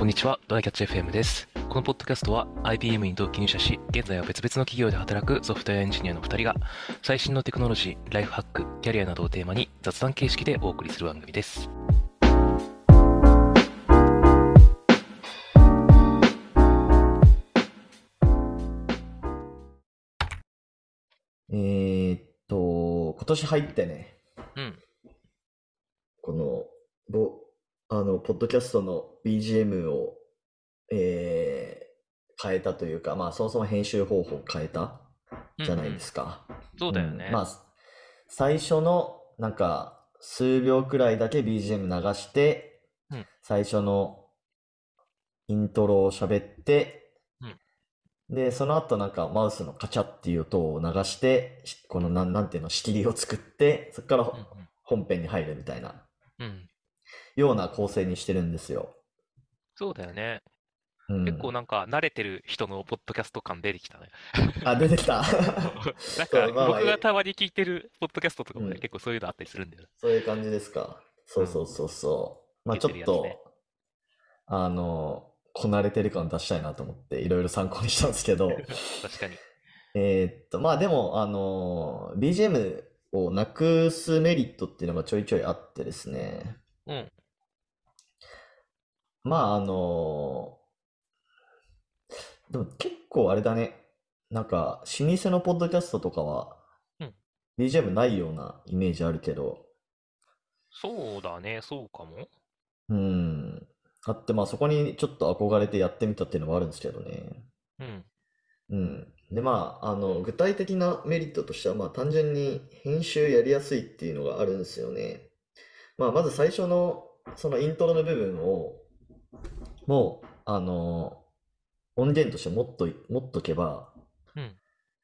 こんにちは、ドライキャッチ FM です。このポッドキャストは IBM に同期入社し、現在は別々の企業で働くソフトウェアエンジニアの2人が、最新のテクノロジー、ライフハック、キャリアなどをテーマに雑談形式でお送りする番組です。 今年入ってね、 うん。 この、ぼ、ポッドキャストの BGM を、変えたというか、まあ、そもそも編集方法を変えたじゃないでうんうん。 すか。 そううん。まだよね。 あ、最初の、数秒くらいだけ BGM 流して、 うん。 最初のイントロを喋って、 うん。 で、その後マウスのカチャっていう音を流して、このなんていうの、仕切りを作って、そこからうん。 本編に入るみたいなうん。 ような構成にしてるんですよ。 そうだよね。結構うん。 なんか慣れてる人のポッドキャスト感出てきたね。 あ、出てきた。 そうなんかそう、まあまあ、 僕がたまに聞いてるポッドキャストとかもね、 うん。 結構そういうのあったりするんだよね。 そういう感じですか。 うん。 そうそうそうそう。まあ受けちょてるやつね。 っと、こなれてる感出したいなと思って、いろいろ参考にしたんですけど、 確かに。 まあでも、BGM をなくすメリットっていうのがちょいちょいあってですね。 うん。 まあでも結構あれだね。老舗のポッドキャストとかはうん。 BGM ないようなイメージあるけど、 そうだね、そうかも。 うん。あって、まあそこにちょっと憧れてやってみたっていうのもあるんですけどね。 うん。 うん。で、まあ、具体的なメリットとしては、まあ単純に編集やりやすいっていうのがあるんですよね。まあまず最初のそのイントロの部分を、もう、音源として持っとけば、 うん。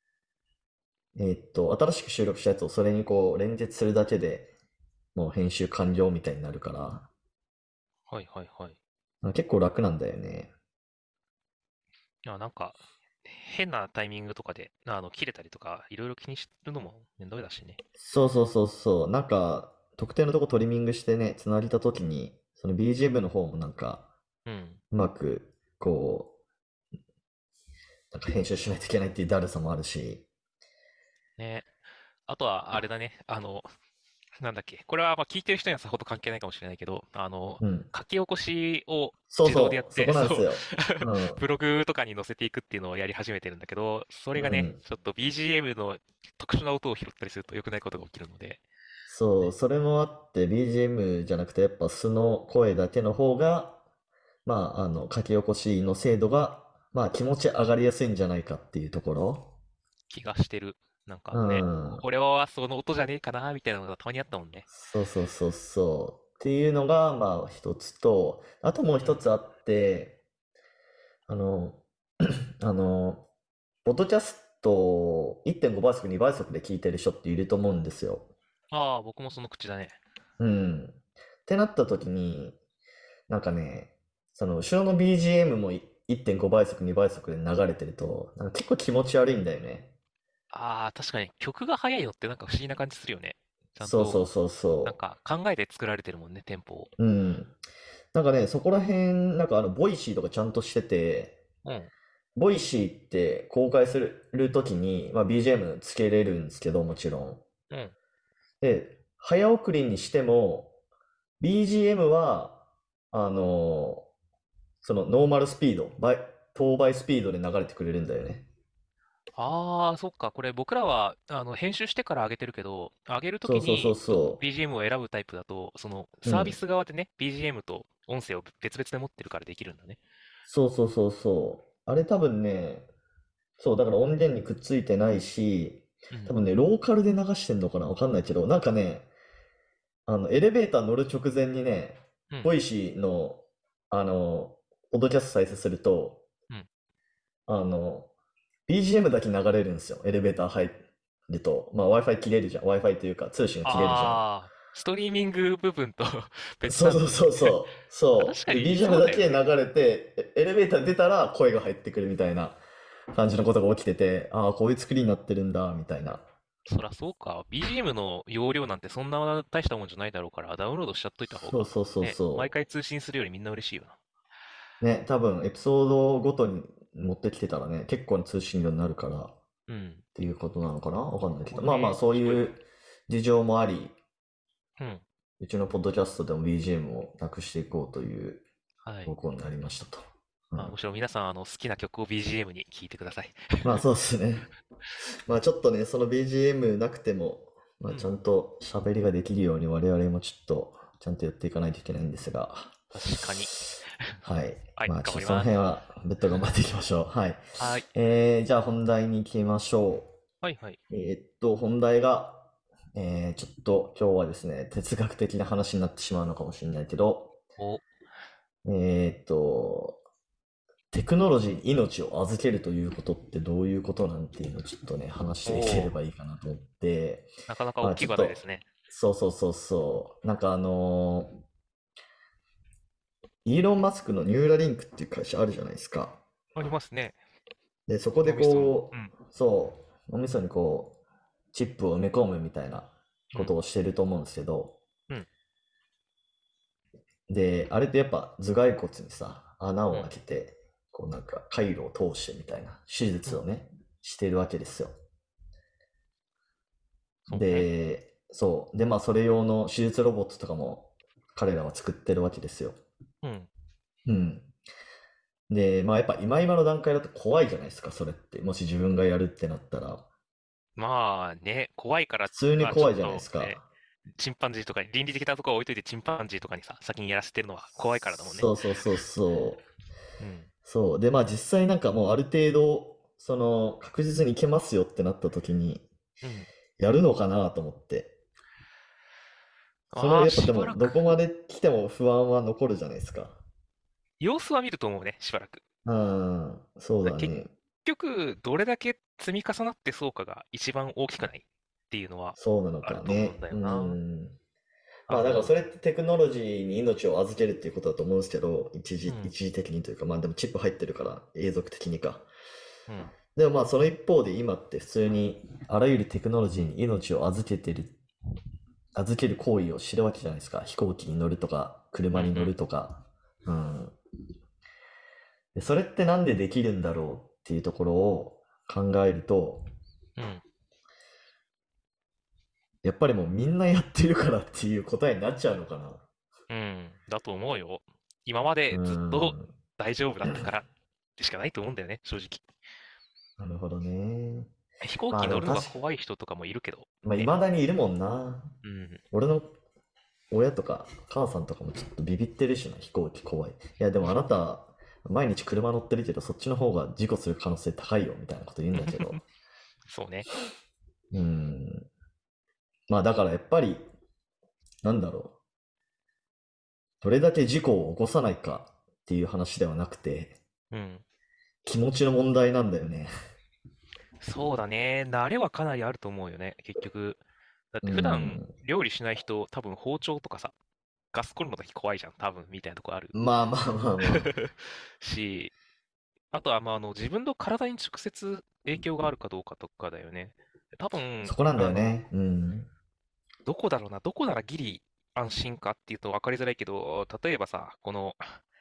新しく収録したやつをそれにこう連結するだけでもう編集完了みたいになるかはいはいはい。 ら、結構楽なんだよね。 なんか、変なタイミングとかで、切れたりとか、いろいろ気にするのも面倒だしね。 そうそうそうそう。特定のとこトリミングしてね、繋げたときに、その BGM の方もうん。 うまく、こ編集しないといけないっていうだるさもあるし。 ね。あとは、あれだね。なんだっけ。これはまあ聞いてる人にはさほど関係ないかもしれないけど、 うん。 書き起こしを自動でやそうそう、そって、 こなんですそう、 よ。うん。 ブログとかに載せていくっていうのをやり始めてるんだけど、それがね、 うん。 ちょっと BGM の特殊な音を拾ったりすると良くないことが起きるので、 そう、 ね。 それもあって BGM じゃなくてやっぱ素の声だけの方が、書き起こしの精度が、まあ気持ち上がりやすいんじゃないかっていうところ。 気がしてる。なんうかね、 ん。 これはその音じゃねえかなみたいなのがたまにあったもんね。 そうそうそうそう。っていうのが、まあ一つと、あともううん。 一つあって、あの、あの、ポッドキャストを1.5倍速、2倍速で聞いてる人っていると思うんですよ。 ああ、僕もその口だね。 うん。ってなった時に、なんかね、その後ろの BGM も1.5倍速、2倍速で流れてると、結構気持ち悪いんだよね。 ああ、確かに曲が速いのってなんか不思議な感じするよね。ちゃんと、 そうそうそうなんそか考えて作られてるもんね、テンポを。 う。うん。そこら辺、ボイシーとかちゃんとしてて、 うん。 ボイシーって公開するときに、まあ、BGM つけれるんですけど、もちろん。 うん。 で、早送りにしても、BGM は、あのそのノーマルスピード、等倍スピードで流れてくれるんだよね。 ああ、そっか。これ僕らは、編集してから上げてるけど、上げるときそうそうそうにそ BGM を選ぶタイプだと、そのう。うサービん。 ス側でね、BGM と音声を別々で持ってるからできるんだね。 そうそうそうそう。あれ多分ね、そう、だから音源にくっついてないし、 うん。 多分ね、ローカルで流してんのかなわかんないけど、エレベーター乗る直前にね、 うん。 ボイシーの、ポッドキャスト再生すると、 うん。 あの、BGM だけ流れるんですよ。エレベーター入ると。まあ Wi-Fi 切れるじゃん。Wi-Fi というか通信が切れるじゃん。 ああ、ストリーミング部分と別そうそうなんだね。 そうそう。 あ、 そう。で、 確かに BGM だそうだよね。 け流れて、エレベーター出たら声が入ってくるみたいな感じのことが起きてて、ああ、こういう作りになってるんだ、みたいな。 そらそうか。BGM の容量なんてそんな大したもんじゃないだろうから、ダウンロードしちゃっといた方が、 そうそうそうね、毎そ回通信するよりみんな嬉しいよな。 ね、多分エピソードごとに持ってきてたらね、結構な通信量になるからっうん。 ていうことなのかなわかんないけど。まあまあ、 そうね。 そういう一人分。 事情もあり、 うん。 うちのポッドキャストでも BGM をなくしていこうというはい。 方向になりましたと。うまあ、 ん。 むしろ皆さん、好きな曲を BGM に聴いてください。 まあそうですね。まあちょっとね、その BGM なくても、まあちゃうん。 んと喋りができるように我々もちょっとちゃんとやっていかないといけないんですが、 確かに。 はい。 はい、 まあちょっとその頑張ります。 辺は別途頑張っていきましょう。はい。 はい。 じゃあ本題に行きましょはいはい。 う。本題が、ちょっと今日はですね、哲学的な話になってしまうのかもしれないけど、 お、 えーっと、テクノロジーに命を預けるということってどういうことなんていうのをちょっとね、話していけれおー、 ばいいかなと思って、 なかなか大きいまあちょっと、 話題ですね。 そうそうそうそう、イーロン・マスクのニューラリンクっていう会社あるじゃないですか。 ありますね。 で、そこで脳みその。うこん。 う、そう、脳みそにこう、チップを埋め込むみたいなうん。 ことをしてると思うんですけど、 うん。 で、あれってやっぱ頭蓋骨にさ、穴をうん。 開けて、こうなんか回路を通してみたいな手うん。 術をね、してるわけですよ。 そうね。 で、そう。で、まあ、それ用の手術ロボットとかも彼らは作ってるわけですよ。 うん。 うん。で、まあ、やっぱ今の段階だと怖いじゃないですか、それって。もし自分がやるってなったら。 まあね、怖いから、 普通にまあちょっ怖いじゃないでとね、 すか。 チンパンジーとかに、倫理的なところは置いといてチンパンジーとかにさ、先にやらせてるのは怖いからだもんね。 そうそうそうそう。 うん。 そう。で、まあ、実際なんかもうある程度、確実にいけますよってなった時に、 うん。 やるのかなと思って。 ああ、 やっぱでも、 しばらく、 どこまで来ても不安は残るじゃないですか。 様子は見ると思うね、しばらく。 うん、そう結だね。 局、どれだけ積み重なってそうかが一番大きくないっていうのはそうなのあると思うんかね。うだよな。 ん。まあ、だからあの、 それってテクノロジーに命を預けるっていうことだと思うんですけど、 うん、 一時的にというか、まあでもチップ入ってるから永続的にか。 うん、 でもまあその一方で今って普通にあらゆるテクノロジーに命を預ける行為をしてるわけじゃないですか。飛行機に乗るとか、 うん、 車に乗るうん、 とか。うん。で、それってなんでできるんだろうっていうところを考えると、 うん、 やっぱりもうみんなやってるからっていう答えになっちゃうのかな。 うん、だと思うよ。今まうでずっとん。 大丈夫だったからでしかないと思うんだよね、正直。 なるほどね。 飛行まあ機乗るのがでも怖い人とかもいるけど、 まあ、 ね。 未だにいるもんな。 うん、 俺の親とか母さんとかもちょっとビビってるしな、飛行機怖い。いや、でもあなた、毎日車乗ってるけど、そっちの方が事故する可能性高いよ、みたいなこと言うんだけど。 そうね。 うーん。まあだからやっぱり、なんだろう。どれだけ事故を起こさないかっていう話ではなくて、 うん。 気持ちの問題なんだよね。 そうだね。慣れはかなりあると思うよね、結局。だっうて普段ん。 料理しない人、多分包丁とかさ、ガスコンロの時怖いじゃん、多分、みたいなとこある。 まあまあまあまあ。 し、あとは、まあ、自分の体に直接影響があるかどうかとかだよね。多分、 そこなんだよね。うん。 どこだろうな、どこならギリ安心かっていうと分かりづらいけど、例えばさ、この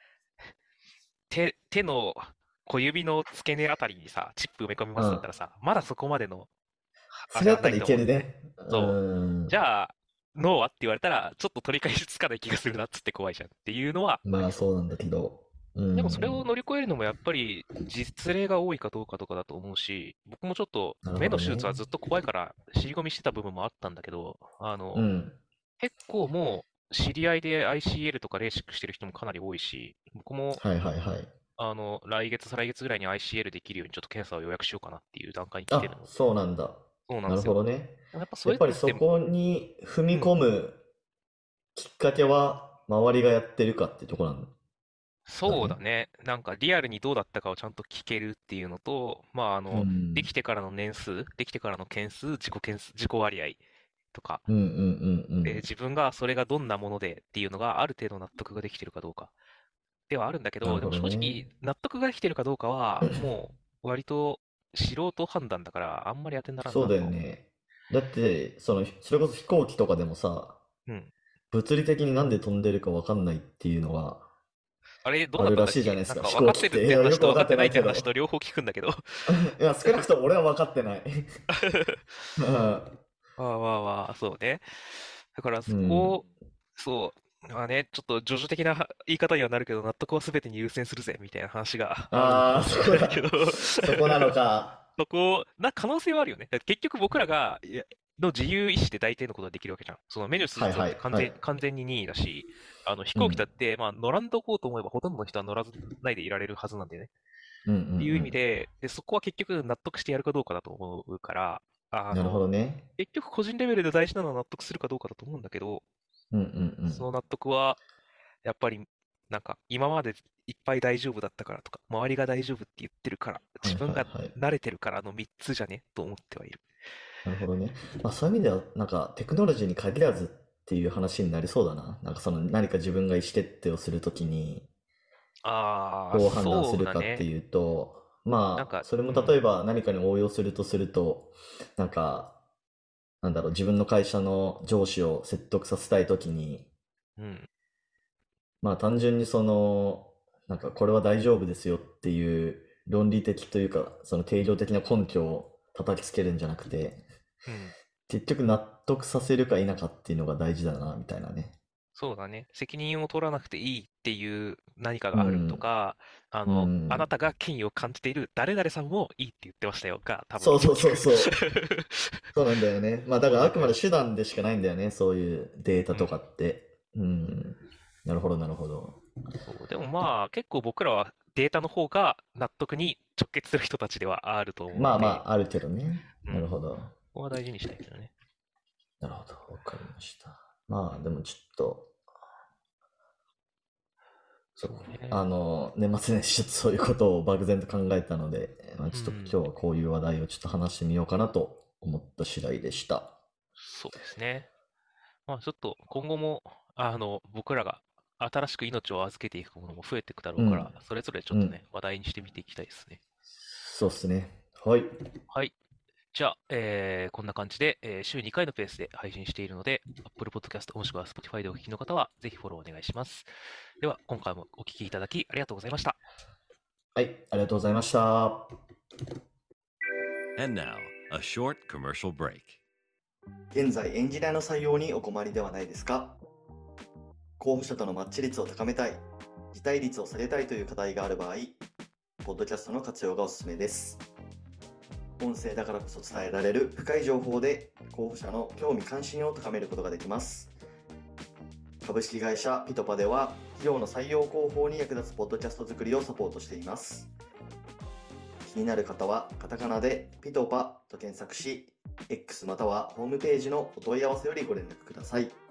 手の小指の付け根あたりにさ、チップ埋め込みますだっうん。 たらさ、まだそこまでの、あれそれだったらいはないと思う。 けるね。うそう。じん。 ゃあ、ノーはって言われたら、ちょっと取り返しつかない気がするなっつって怖いじゃんっていうのはありそう。 まあそうなんだけど。うでもそれをん。 乗り越えるのもやっぱり実例が多いかどうかとかだと思うし、僕もちょっとなる目ほどね。 の手術はずっと怖いから尻込みしてた部分もあったんだけど、 うん。 結構もう知り合いで ICL とかレーシックしてる人もかなり多いし、僕もはいはいはい。 来月、再来月ぐらいに ICL できるようにちょっと検査を予約しようかなっていう段階に来てるあ、 ので、 そうなんだ。なるそうなんですよ。 ほどね。 でもやっぱそうやっぱりいうのって、 そこに踏みうん、 込むきっかけは、周りがやってるかっていうところなんだね。 そうだね。なんかリアルにどうだったかをちゃんと聞けるっていうのと、まあうん。 できてからの年数、できてからの件数、自己割合とか、 うんうんうんうん。 自分がそれがどんなものでっていうのがある程度納得ができてるかどうかではあるんだけど、でなるほも正直どね。 納得ができてるかどうかはもう割と素人判断だからあんまり当てにならんそうだなとは思よね。だって、それこそ飛行機とかでもさ、 う。うん。 物理的になんで飛んでるかわかんないっていうのは、 あれ、どうあるらだったんだっしいじゃないですか。 け？なんか飛分かってるっ行機って。いや、 て話と分よくわかってかってないってないけど。 話と両方聞くんだけど。 いや、少なくとも俺は分かってない。うん。 まあまあまあ、そうね。だからうそこ、 ん。 そう、まあね、ちょっと叙々的な言い方にはなるけど、納得は全てに優先するぜ、みたいな話があるのかああ、 もしれないけど、 そこなのか。 そこ、可能性はあるよね。だって結局僕らが、の自由意志で大抵のことができるわけじゃん。そのメニュー筋だってはいはい、はい。 完全に任意だし、飛うん。 行機だって、まあ乗らんとこうと思えばほとんどの人は乗らずないでいられるはずなんだよね。 うんうんうっていう意味ん。 で、そこは結局納得してやるかどうかだと思うから、 なるほどね。 結局個人レベルで大事なのは納得するかどうかだと思うんだけど、 うんうんその納得は、やっぱり、今までいっぱい大丈夫だったからとか、周りが大丈夫って言ってるから、 うん。はい自分がはいはい。 慣れてるからの3つじゃねと思ってはいる。 なるほどね。まあそういう意味では、なんかテクノロジーに限らずっていう話になりそうだな。なんかその何か自分が意思決定をするときに、 ああ、 どう判断するそうだね。 かっていうと、まあ、それもうん、 例えば何かに応用するとすると、なんか、なんだろう、自分の会社の上司を説得させたいときに、 うん、 まあ単純にその、なんかこれは大丈夫ですよっていう論理的というか、その定量的な根拠を叩きつけるんじゃなくて、 うん。 結局納得させるか否かっていうのが大事だな、みたいなね。 そうだね。責任を取らなくていいっていう何かがあるとうん、 か、 うあなん。 たが権威を感じている誰々さんもいいって言ってましたよが、多分そうそうそう結局そう。そうなんだよね。まあだからあくまでそうなんだよ。 手段でしかないんだよね。そういうデータとかうん。 って。うん。なるほど、なるほど。 そう。でもまあ、結構僕らはデータの方が納得に直結する人たちではあると思うまあまので、 あ、あるけどね。 うん。 なるほど。 ここは大事にしたいけどね。 なるほど。わかりました。まあでもちょっと、そそうう、 ね。 年末年始ちょっとそういうことを漠然と考えたので、まあ、ちょっとうん。 今日はこういう話題をちょっと話してみようかなと思った次第でした。 そうですね。まあちょっと今後も、僕らが新しく命を預けていくものも増えていくだろうん。 うから、それぞれちょっうん。 とね、話題にしてみていきたいですね。 そうっすね。はい。 はい。じゃあ、こんな感じで、週2回のペースで配信しているので、Apple Podcast もしくは Spotify でお聞きの方は、ぜひフォローお願いします。では、今回もお聞きいただきありがとうございました。 はい。ありがとうございました。 And now, a short commercial break. 現在エンジニアの採用にお困りではないですか？候補者とのマッチ率を高めたい、辞退率を下げたいという課題がある場合、ポッドキャストの活用がおすすめです。音声だからこそ伝えられる深い情報で候補者の興味関心を高めることができます。株式会社ピトパでは企業の採用広報に役立つポッドキャスト作りをサポートしています。気になる方はカタカナでピトパと検索し、X またはホームページのお問い合わせよりご連絡ください。